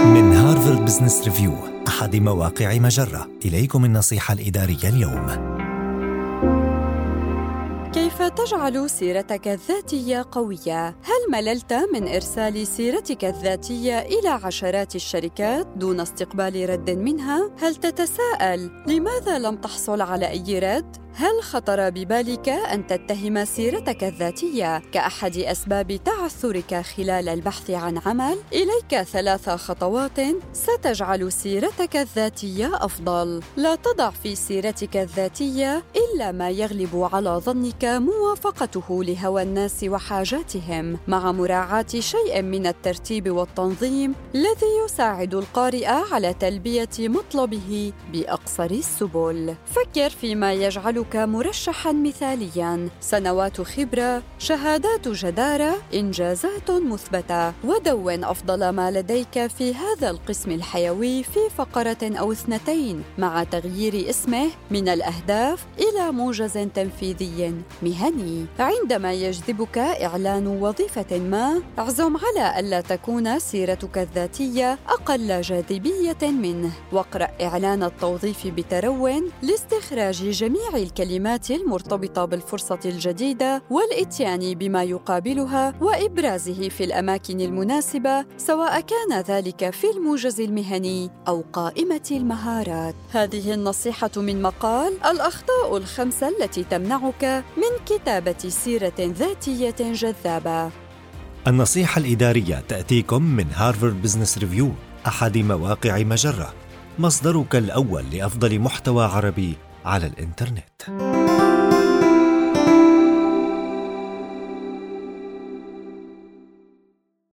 من هارفارد بزنس ريفيو، أحد مواقع مجرة، إليكم النصيحة الإدارية اليوم. كيف تجعل سيرتك الذاتية قوية؟ هل مللت من إرسال سيرتك الذاتية إلى عشرات الشركات دون استقبال رد منها؟ هل تتساءل لماذا لم تحصل على أي رد؟ هل خطر ببالك أن تتهم سيرتك الذاتية كأحد أسباب تعثرك خلال البحث عن عمل؟ إليك 3 خطوات ستجعل سيرتك الذاتية أفضل. لا تضع في سيرتك الذاتية إلا ما يغلب على ظنك موافقته لهوى الناس وحاجاتهم، مع مراعاة شيء من الترتيب والتنظيم الذي يساعد القارئ على تلبية مطلبه بأقصر السبل. فكر فيما يجعلك مرشحاً مثالياً: سنوات خبرة، شهادات جدارة، إنجازات مثبتة. ودون أفضل ما لديك في هذا القسم الحيوي في فقرة أو 2 مع تغيير اسمه من الأهداف إلى موجز تنفيذي مهني. عندما يجذبك إعلان وظيفة ما، اعزم على ألا تكون سيرتك الذاتية أقل جاذبية منه، واقرأ إعلان التوظيف بترون لاستخراج جميع الكلمات المرتبطة بالفرصة الجديدة والإتيان بما يقابلها وإبرازه في الأماكن المناسبة، سواء كان ذلك في الموجز المهني أو قائمة المهارات. هذه النصيحة من مقال الأخطاء ال5 التي تمنعك من كتابة سيرة ذاتية جذابة. النصيحة الإدارية تأتيكم من هارفارد بزنس ريفيو، أحد مواقع مجرة، مصدرك الأول لأفضل محتوى عربي على الإنترنت.